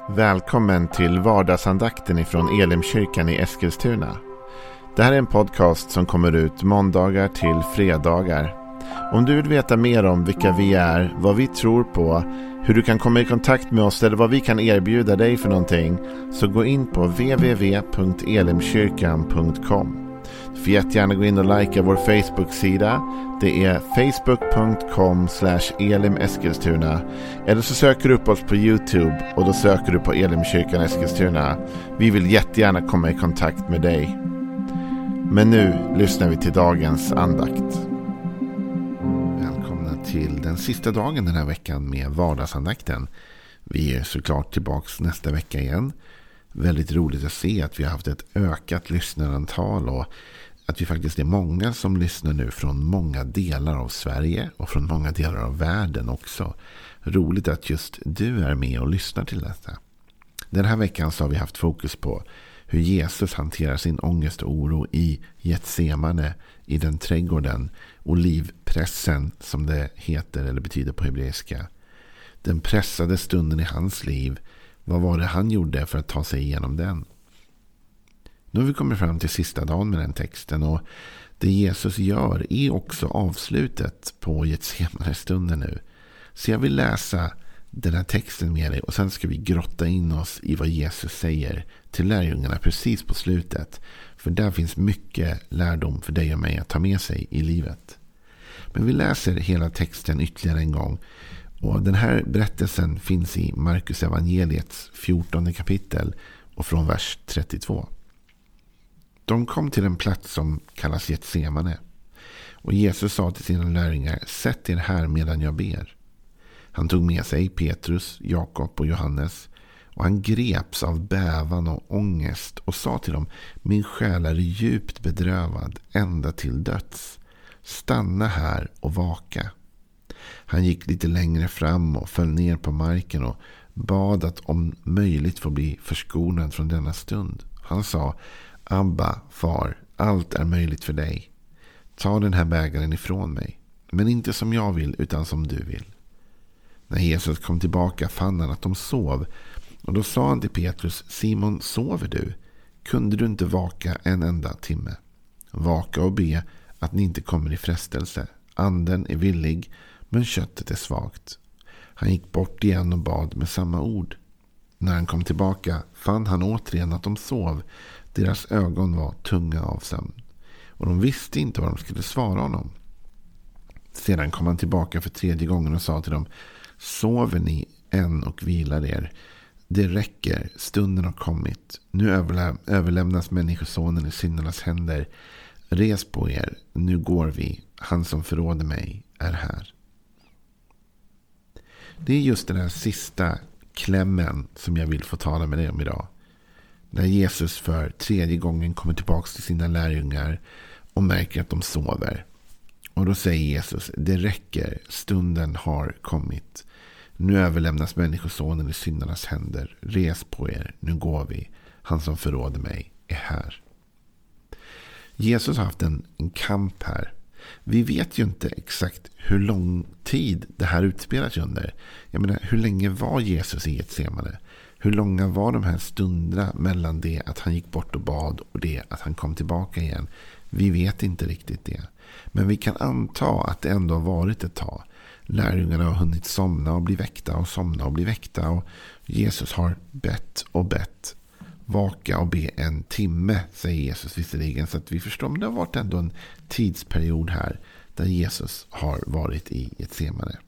Välkommen till vardagsandakten ifrån Elimkyrkan i Eskilstuna. Det här är en podcast som kommer ut måndagar till fredagar. Om du vill veta mer om vilka vi är, vad vi tror på, hur du kan komma i kontakt med oss eller vad vi kan erbjuda dig för någonting, så gå in på www.elimkyrkan.com. Du får jättegärna gå in och likea vår Facebook-sida. Det är facebook.com/elimeskilstuna. Eller så söker du upp oss på YouTube och då söker du på Elimkyrkan Eskilstuna. Vi vill jättegärna komma i kontakt med dig. Men nu lyssnar vi till dagens andakt. Välkomna till den sista dagen den här veckan med vardagsandakten. Vi är såklart tillbaka nästa vecka igen. Väldigt roligt att se att vi har haft ett ökat lyssnarantal och att vi faktiskt är många som lyssnar nu från många delar av Sverige och från många delar av världen också. Roligt att just du är med och lyssnar till detta. Den här veckan så har vi haft fokus på hur Jesus hanterar sin ångest och oro i Getsemane, i den trädgården, olivpressen som det heter eller betyder på hebreiska. Den pressade stunden i hans liv. Vad var det han gjorde för att ta sig igenom den? Nu har vi kommit fram till sista dagen med den texten, och det Jesus gör är också avslutet på Getsemane-stunden nu. Så jag vill läsa den här texten med dig och sen ska vi grotta in oss i vad Jesus säger till lärjungarna precis på slutet. För där finns mycket lärdom för dig och mig att ta med sig i livet. Men vi läser hela texten ytterligare en gång. Och den här berättelsen finns i Markus evangeliets 14 kapitel och från vers 32. De kom till en plats som kallas Getsemane. Och Jesus sa till sina lärjungar: sätt er här medan jag ber. Han tog med sig Petrus, Jakob och Johannes. Och han greps av bävan och ångest och sa till dem: min själ är djupt bedrövad ända till döds. Stanna här och vaka. Han gick lite längre fram och föll ner på marken och bad att om möjligt få bli förskonad från denna stund. Han sa: Abba, far, allt är möjligt för dig. Ta den här bägaren ifrån mig, men inte som jag vill utan som du vill. När Jesus kom tillbaka fann han att de sov, och då sa han till Petrus: Simon, sover du? Kunde du inte vaka en enda timme? Vaka och be att ni inte kommer i frestelse. Anden är villig, men köttet är svagt. Han gick bort igen och bad med samma ord. När han kom tillbaka fann han återigen att de sov. Deras ögon var tunga av sömn, och de visste inte vad de skulle svara honom. Sedan kom han tillbaka för tredje gången och sa till dem: sover ni än och vilar er? Det räcker, stunden har kommit. Nu överlämnas människosonen i syndernas händer. Res på er, nu går vi. Han som förråder mig är här. Det är just den här sista klämmen som jag vill få tala med dig om idag. När Jesus för tredje gången kommer tillbaka till sina lärjungar och märker att de sover. Och då säger Jesus: det räcker, stunden har kommit. Nu överlämnas människosonen i syndarnas händer. Res på er, nu går vi. Han som förråder mig är här. Jesus har haft en kamp här. Vi vet ju inte exakt hur lång tid det här utspelar sig under. Jag menar, hur länge var Jesus i Getsemane? Hur långa var de här stunderna mellan det att han gick bort och bad och det att han kom tillbaka igen? Vi vet inte riktigt det. Men vi kan anta att det ändå har varit ett tag. Lärjungarna har hunnit somna och bli väckta och somna och bli väckta. Och Jesus har bett och bett. Vaka och be en timme, säger Jesus visserligen. Så att vi förstår, men det har varit ändå en tidsperiod här där Jesus har varit i Getsemane.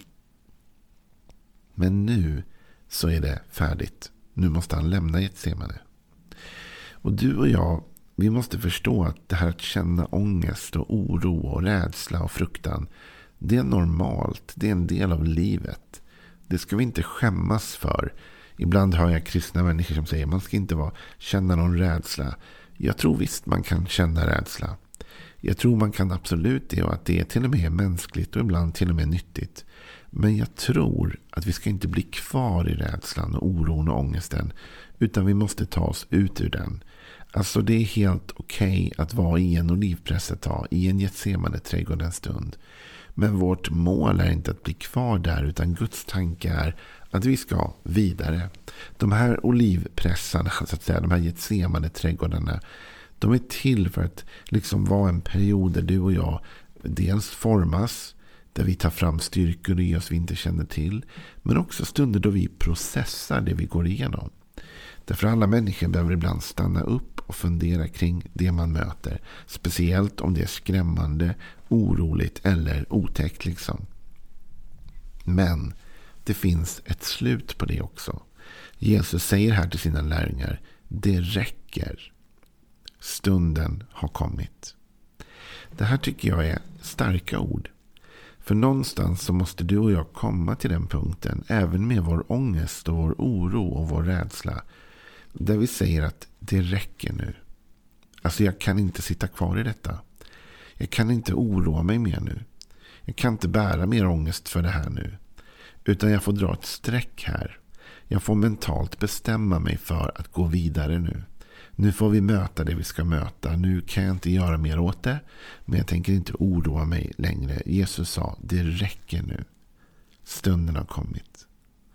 Men nu så är det färdigt. Nu måste han lämna Getsemane. Och du och jag, vi måste förstå att det här att känna ångest och oro och rädsla och fruktan, det är normalt. Det är en del av livet. Det ska vi inte skämmas för. Ibland hör jag kristna människor som säger att man ska inte känna någon rädsla. Jag tror visst man kan känna rädsla. Jag tror man kan absolut det, och att det är till och med mänskligt och ibland till och med nyttigt. Men jag tror att vi ska inte bli kvar i rädslan och oron och ångesten, utan vi måste ta oss ut ur den. Alltså det är helt okej att vara i en olivpress ett tag, i en Getsemane trädgård en stund. Men vårt mål är inte att bli kvar där, utan Guds tanke är att vi ska vidare. De här olivpressarna, så att säga, de här Getsemane trädgårdarna, de är till för att liksom vara en period där du och jag dels formas, där vi tar fram styrkor i oss vi inte känner till, men också stunder då vi processar det vi går igenom. Därför alla människor behöver ibland stanna upp och fundera kring det man möter, speciellt om det är skrämmande, oroligt eller otäckt liksom. Men det finns ett slut på det också. Jesus säger här till sina lärjungar: det räcker. Stunden har kommit. Det här tycker jag är starka ord. För någonstans så måste du och jag komma till den punkten, även med vår ångest och vår oro och vår rädsla, där vi säger att det räcker nu. Alltså jag kan inte sitta kvar i detta. Jag kan inte oroa mig mer nu. Jag kan inte bära mer ångest för det här nu. Utan jag får dra ett streck här. Jag får mentalt bestämma mig för att gå vidare nu. Nu får vi möta det vi ska möta. Nu kan jag inte göra mer åt det. Men jag tänker inte oroa mig längre. Jesus sa, det räcker nu. Stunden har kommit.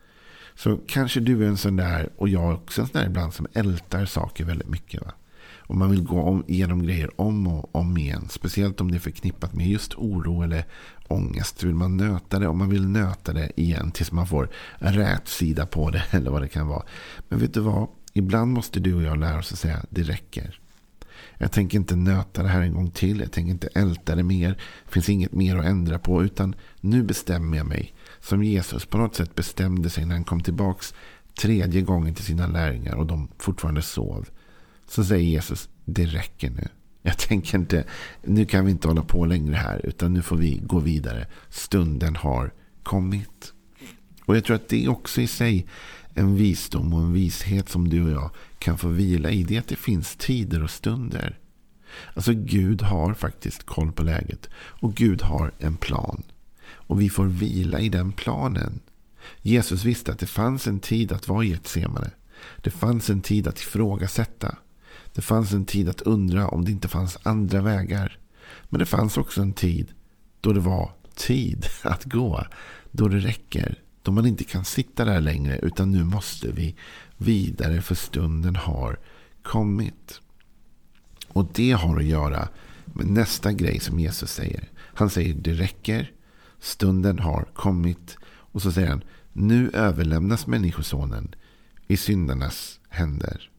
Så kanske du är en sån där, och jag är också en sån där ibland, som ältar saker väldigt mycket. Va? Och man vill gå igenom grejer om och om igen. Speciellt om det är förknippat med just oro eller ångest. Så vill man nöta det, och man vill nöta det igen tills man får en rätsida på det eller vad det kan vara. Men vet du vad? Ibland måste du och jag lära oss att säga det räcker. Jag tänker inte nöta det här en gång till. Jag tänker inte älta det mer. Det finns inget mer att ändra på, utan nu bestämmer jag mig. Som Jesus på något sätt bestämde sig när han kom tillbaks 3:e gången till sina lärjungar och de fortfarande sov. Så säger Jesus, det räcker nu. Jag tänker inte, nu kan vi inte hålla på längre här, utan nu får vi gå vidare. Stunden har kommit. Och jag tror att det är också i sig en visdom och en vishet som du och jag kan få vila i. Det att det finns tider och stunder. Alltså Gud har faktiskt koll på läget. Och Gud har en plan. Och vi får vila i den planen. Jesus visste att det fanns en tid att vara i Getsemane. Det fanns en tid att ifrågasätta. Det fanns en tid att undra om det inte fanns andra vägar. Men det fanns också en tid då det var tid att gå. Då det räcker. Då man inte kan sitta där längre, utan nu måste vi vidare, för stunden har kommit. Och det har att göra med nästa grej som Jesus säger. Han säger det räcker, stunden har kommit, och så säger han, nu överlämnas människosonen i syndarnas händer.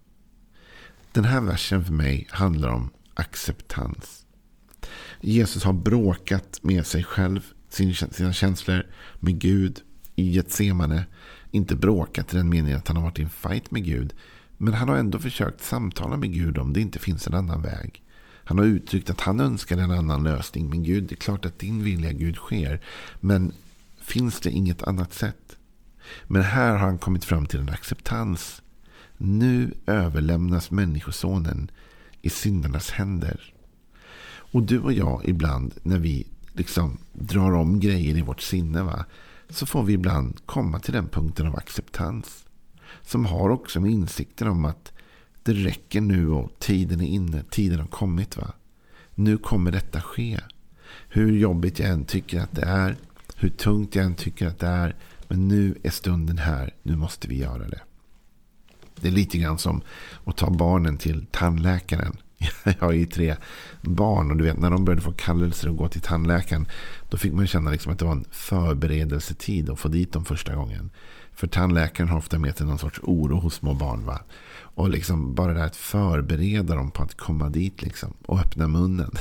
Den här versen för mig handlar om acceptans. Jesus har bråkat med sig själv, sina känslor, med Gud i Getsemane. Inte bråkat i den meningen att han har varit i en fight med Gud, men han har ändå försökt samtala med Gud om det inte finns en annan väg. Han har uttryckt att han önskar en annan lösning. Men Gud, det är klart att din vilja, Gud, sker. Men finns det inget annat sätt? Men här har han kommit fram till en acceptans. Nu överlämnas människosonen i syndarnas händer. Och du och jag ibland, när vi liksom drar om grejer i vårt sinne, va, så får vi ibland komma till den punkten av acceptans. Som har också med insikten om att det räcker nu och tiden är inne, tiden har kommit, va. Nu kommer detta ske. Hur jobbigt jag än tycker att det är, hur tungt jag än tycker att det är, men nu är stunden här, nu måste vi göra det. Det är lite grann som att ta barnen till tandläkaren. Jag har ju 3 barn, och du vet, när de började få kallelser att gå till tandläkaren, då fick man känna liksom att det var en förberedelsetid att få dit dem första gången. För tandläkaren har ofta med till någon sorts oro hos små barn, va. Och liksom bara det här att förbereda dem på att komma dit liksom, och öppna munnen.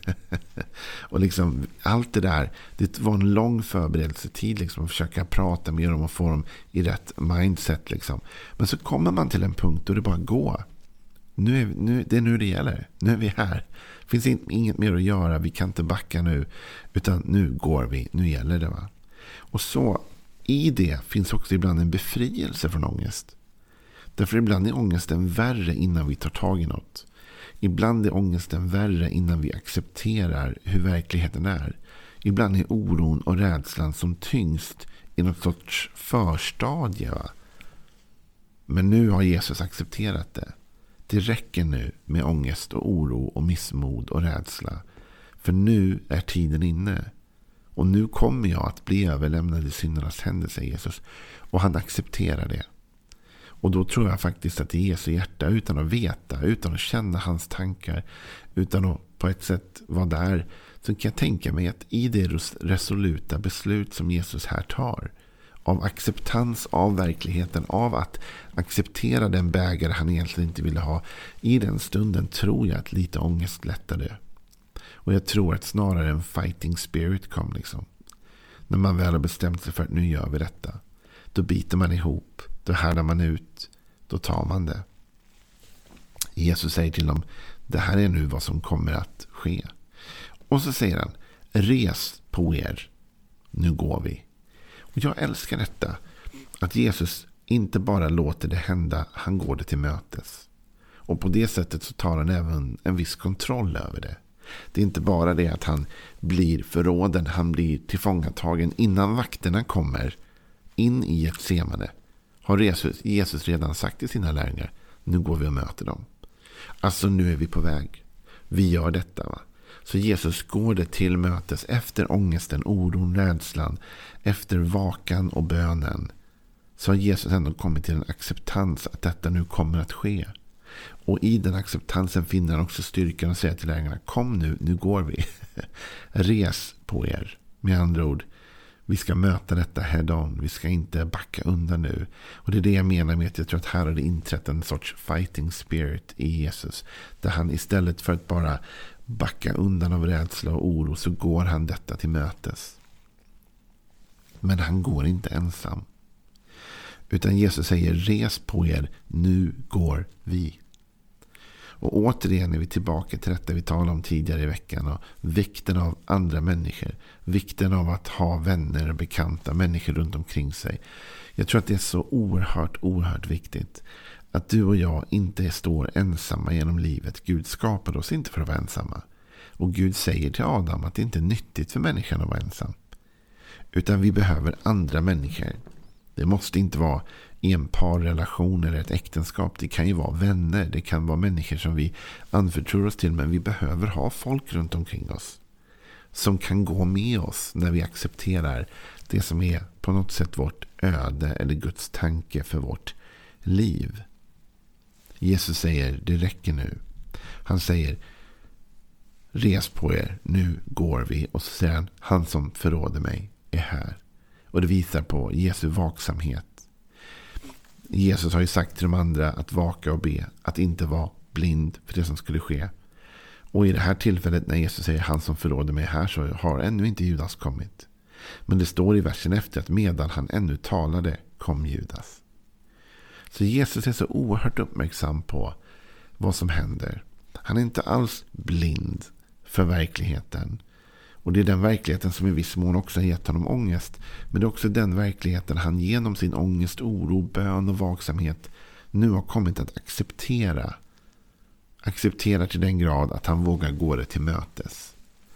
Och liksom allt det där, det var en lång förberedelsetid liksom, att försöka prata med dem och få dem i rätt mindset liksom. Men så kommer man till en punkt då det bara går. Det är nu det gäller. Nu är vi här. Det finns inget mer att göra. Vi kan inte backa nu. Utan nu går vi. Nu gäller det, va. Och så i det finns också ibland en befrielse från ångest. Därför ibland är ångesten värre innan vi tar tag i något. Ibland är ångesten värre innan vi accepterar hur verkligheten är. Ibland är oron och rädslan som tyngst i något sorts förstadie, va. Men nu har Jesus accepterat det. Det räcker nu med ångest och oro och missmod och rädsla. För nu är tiden inne. Och nu kommer jag att bli överlämnad i syndernas händer, säger Jesus. Och han accepterar det. Och då tror jag faktiskt att i Jesu hjärta, utan att veta, utan att känna hans tankar, utan att på ett sätt vara där, så kan jag tänka mig att i det resoluta beslut som Jesus här tar, av acceptans av verkligheten, av att acceptera den bägare han egentligen inte ville ha, i den stunden tror jag att lite ångest lättade. Och jag tror att snarare en fighting spirit kom liksom. När man väl har bestämt sig för att nu gör vi detta, då biter man ihop, då härdar man ut, då tar man det. Jesus säger till dem, det här är nu vad som kommer att ske. Och så säger han, res på er, nu går vi. Och jag älskar detta, att Jesus inte bara låter det hända, han går det till mötes. Och på det sättet så tar han även en viss kontroll över det. Det är inte bara det att han blir förråden, han blir tillfångatagen innan vakterna kommer in i Getsemane. Har Jesus redan sagt till sina lärjungar, nu går vi och möter dem. Alltså nu är vi på väg. Vi gör detta, va? Så Jesus går det till mötes efter ångesten, oron, rädslan, efter vakan och bönen. Så har Jesus ändå kommit till en acceptans att detta nu kommer att ske. Och i den acceptansen finner han också styrkan att säga till lärjungarna, kom nu går vi. Res på er. Med andra ord, vi ska möta detta head on. Vi ska inte backa undan nu. Och det är det jag menar med att jag tror att här har det inträtt en sorts fighting spirit i Jesus. Där han istället för att bara backa undan av rädsla och oro, så går han detta till mötes. Men han går inte ensam. Utan Jesus säger, res på er, nu går vi. Och återigen är vi tillbaka till detta vi talade om tidigare i veckan. Och vikten av andra människor. Vikten av att ha vänner och bekanta människor runt omkring sig. Jag tror att det är så oerhört viktigt. Att du och jag inte står ensamma genom livet. Gud skapade oss inte för att vara ensamma. Och Gud säger till Adam att det inte är nyttigt för människan att vara ensam. Utan vi behöver andra människor. Det måste inte vara en parrelation eller ett äktenskap. Det kan ju vara vänner. Det kan vara människor som vi anförtror oss till. Men vi behöver ha folk runt omkring oss. Som kan gå med oss när vi accepterar det som är på något sätt vårt öde eller Guds tanke för vårt liv. Jesus säger, det räcker nu. Han säger, res på er, nu går vi. Och så säger han som förråder mig är här. Och det visar på Jesu vaksamhet. Jesus har ju sagt till de andra att vaka och be. Att inte vara blind för det som skulle ske. Och i det här tillfället när Jesus säger han som förråder mig här, så har ännu inte Judas kommit. Men det står i versen efter att medan han ännu talade kom Judas. Så Jesus är så oerhört uppmärksam på vad som händer. Han är inte alls blind för verkligheten. Och det är den verkligheten som i viss mån också har gett honom ångest. Men det är också den verkligheten han genom sin ångest, oro, bön och vaksamhet nu har kommit att acceptera. Acceptera till den grad att han vågar gå det till mötes.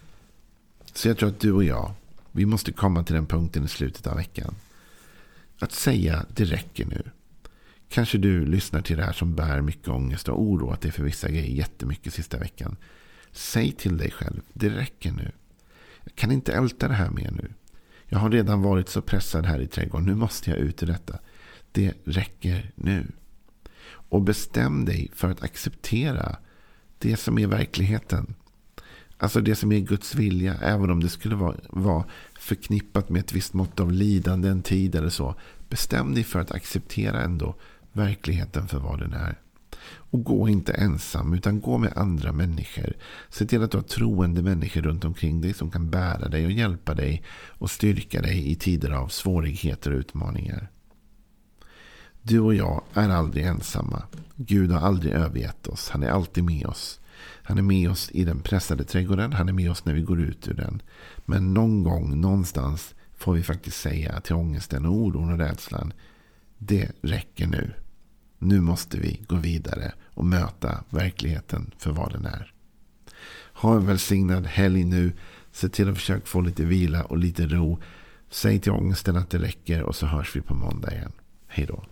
Så jag tror att du och jag, vi måste komma till den punkten i slutet av veckan. Att säga, det räcker nu. Kanske du lyssnar till det här som bär mycket ångest och oro, att det är för vissa grejer jättemycket sista veckan. Säg till dig själv, det räcker nu. Jag kan inte älta det här mer nu. Jag har redan varit så pressad här i trädgården. Nu måste jag ut ur detta. Det räcker nu. Och bestäm dig för att acceptera det som är verkligheten. Alltså det som är Guds vilja. Även om det skulle vara förknippat med ett visst mått av lidande en tid eller så. Bestäm dig för att acceptera ändå verkligheten för vad den är. Och gå inte ensam utan gå med andra människor. Se till att du har troende människor runt omkring dig som kan bära dig och hjälpa dig och styrka dig i tider av svårigheter och utmaningar. Du och jag är aldrig ensamma. Gud har aldrig övergett oss. Han är alltid med oss. Han är med oss i den pressade trädgården. Han är med oss när vi går ut ur den. Men någon gång, någonstans får vi faktiskt säga till ångesten och oron och rädslan, det räcker nu. Nu måste vi gå vidare och möta verkligheten för vad den är. Ha en välsignad helg nu. Se till att försöka få lite vila och lite ro. Säg till ångesten att det räcker och så hörs vi på måndag igen. Hej då.